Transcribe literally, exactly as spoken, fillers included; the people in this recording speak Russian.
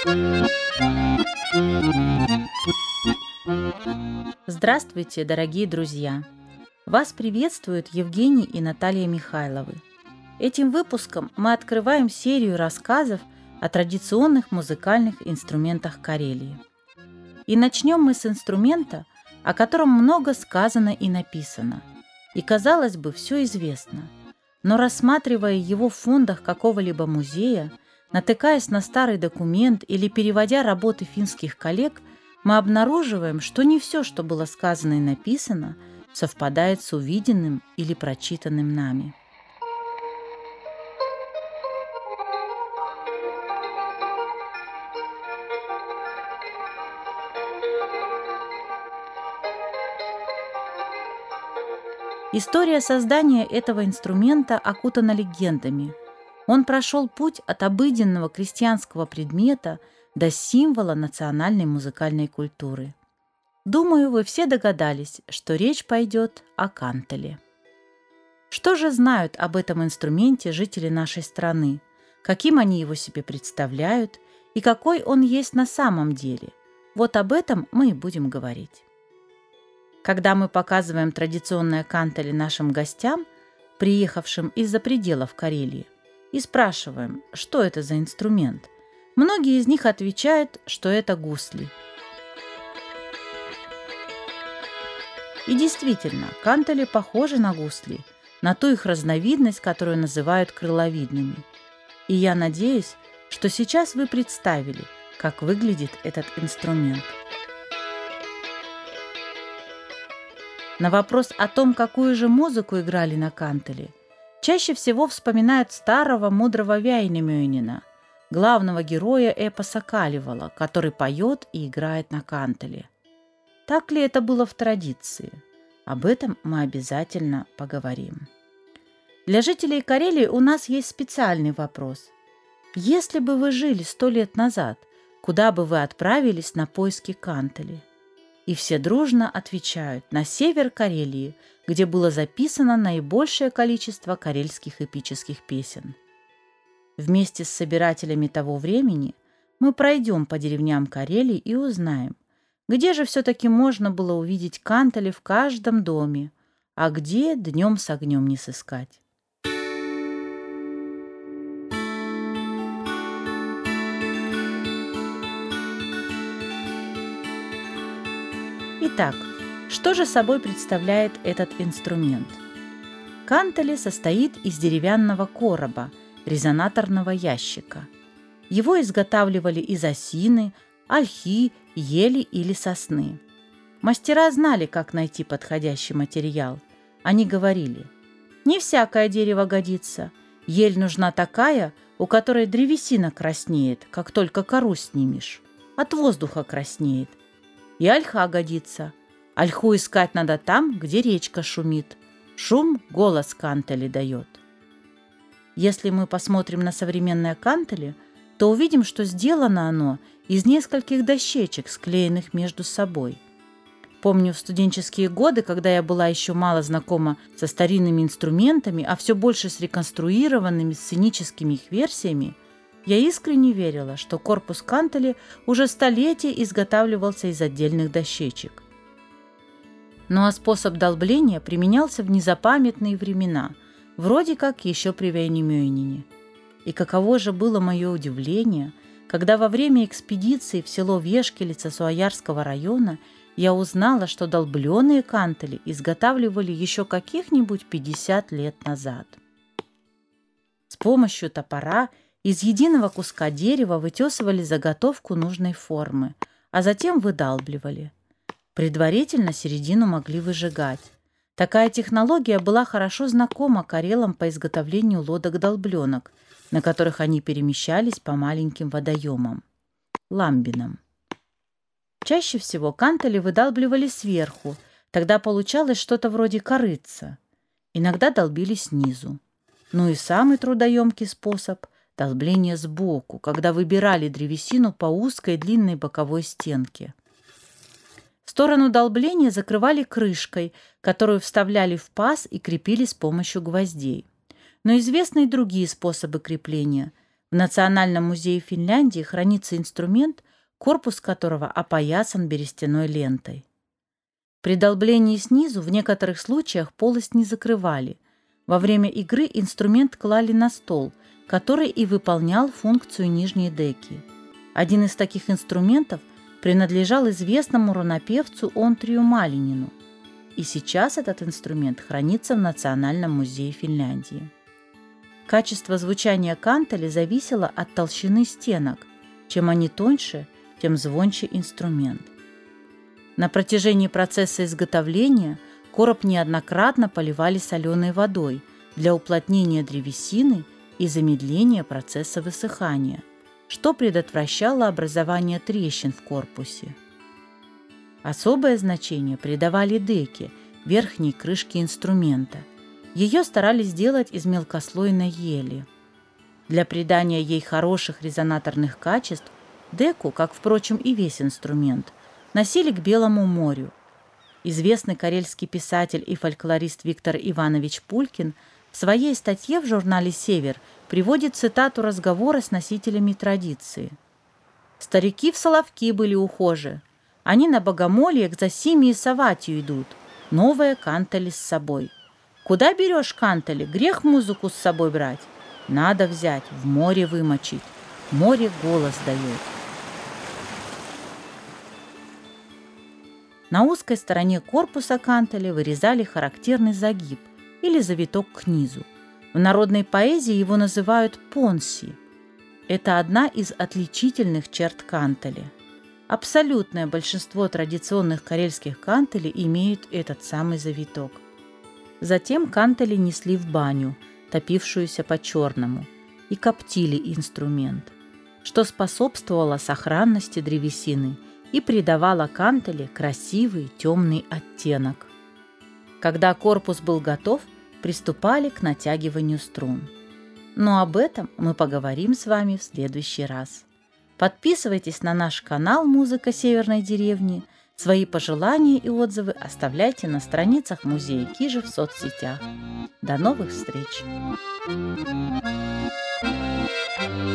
Здравствуйте, дорогие друзья! Вас приветствуют Евгений и Наталья Михайловы. Этим выпуском мы открываем серию рассказов о традиционных музыкальных инструментах Карелии. И начнем мы с инструмента, о котором много сказано и написано. И, казалось бы, все известно. Но рассматривая его в фондах какого-либо музея, натыкаясь на старый документ или переводя работы финских коллег, мы обнаруживаем, что не все, что было сказано и написано, совпадает с увиденным или прочитанным нами. История создания этого инструмента окутана легендами. Он прошел путь от обыденного крестьянского предмета до символа национальной музыкальной культуры. Думаю, вы все догадались, что речь пойдет о кантеле. Что же знают об этом инструменте жители нашей страны, каким они его себе представляют и какой он есть на самом деле? Вот об этом мы и будем говорить. Когда мы показываем традиционное кантеле нашим гостям, приехавшим из-за пределов Карелии, и спрашиваем, что это за инструмент, многие из них отвечают, что это гусли. И действительно, кантели похожи на гусли, на ту их разновидность, которую называют крыловидными. И я надеюсь, что сейчас вы представили, как выглядит этот инструмент. На вопрос о том, какую же музыку играли на кантеле, чаще всего вспоминают старого мудрого Väinämöinenä, главного героя эпоса Калевала, который поет и играет на кантеле. Так ли это было в традиции? Об этом мы обязательно поговорим. Для жителей Карелии у нас есть специальный вопрос. Если бы вы жили сто лет назад, куда бы вы отправились на поиски кантели? И все дружно отвечают: на север Карелии, где было записано наибольшее количество карельских эпических песен. Вместе с собирателями того времени мы пройдем по деревням Карелии и узнаем, где же все-таки можно было увидеть кантели в каждом доме, а где днем с огнем не сыскать. Итак, что же собой представляет этот инструмент? Кантеле состоит из деревянного короба, резонаторного ящика. Его изготавливали из осины, ольхи, ели или сосны. Мастера знали, как найти подходящий материал. Они говорили: не всякое дерево годится. Ель нужна такая, у которой древесина краснеет, как только кору снимешь. От воздуха краснеет. И ольха годится. Ольху искать надо там, где речка шумит. Шум голос кантели дает. Если мы посмотрим на современное кантеле, то увидим, что сделано оно из нескольких дощечек, склеенных между собой. Помню в студенческие годы, когда я была еще мало знакома со старинными инструментами, а все больше с реконструированными сценическими их версиями, я искренне верила, что корпус кантели уже столетия изготавливался из отдельных дощечек. Ну а способ долбления применялся в незапамятные времена, вроде как еще при Väinämöinenä. И каково же было мое удивление, когда во время экспедиции в село Вешкелица Суоярского района я узнала, что долбленные кантели изготавливали еще каких-нибудь пятьдесят лет назад. С помощью топора из единого куска дерева вытесывали заготовку нужной формы, а затем выдалбливали. Предварительно середину могли выжигать. Такая технология была хорошо знакома карелам по изготовлению лодок-долбленок, на которых они перемещались по маленьким водоемам – ламбинам. Чаще всего кантели выдалбливали сверху, тогда получалось что-то вроде корытца. Иногда долбили снизу. Ну и самый трудоемкий способ – долбление сбоку, когда выбирали древесину по узкой длинной боковой стенке. Сторону долбления закрывали крышкой, которую вставляли в паз и крепили с помощью гвоздей. Но известны и другие способы крепления. В Национальном музее Финляндии хранится инструмент, корпус которого опоясан берестяной лентой. При долблении снизу в некоторых случаях полость не закрывали. Во время игры инструмент клали на стол, который и выполнял функцию нижней деки. Один из таких инструментов принадлежал известному ронопевцу Онтрию Малинину, и сейчас этот инструмент хранится в Национальном музее Финляндии. Качество звучания кантели зависело от толщины стенок. Чем они тоньше, тем звонче инструмент. На протяжении процесса изготовления короб неоднократно поливали соленой водой для уплотнения древесины и замедления процесса высыхания, что предотвращало образование трещин в корпусе. Особое значение придавали деке, верхней крышке инструмента. Ее старались сделать из мелкослойной ели. Для придания ей хороших резонаторных качеств деку, как, впрочем, и весь инструмент, носили к Белому морю. Известный карельский писатель и фольклорист Виктор Иванович Пулькин в своей статье в журнале «Север» приводит цитату разговора с носителями традиции. «Старики в Соловки были ухожи. Они на богомолье к Зосиме и Саватию идут. Новые кантели с собой. Куда берешь кантели? Грех музыку с собой брать. Надо взять, в море вымочить. Море голос дает». На узкой стороне корпуса кантели вырезали характерный загиб или завиток к низу. В народной поэзии его называют понси. Это одна из отличительных черт кантели. Абсолютное большинство традиционных карельских кантелей имеют этот самый завиток. Затем кантели несли в баню, топившуюся по-черному, и коптили инструмент, что способствовало сохранности древесины и придавало кантеле красивый темный оттенок. Когда корпус был готов, приступали к натягиванию струн. Но об этом мы поговорим с вами в следующий раз. Подписывайтесь на наш канал «Музыка Северной деревни». Свои пожелания и отзывы оставляйте на страницах музея Кижи в соцсетях. До новых встреч!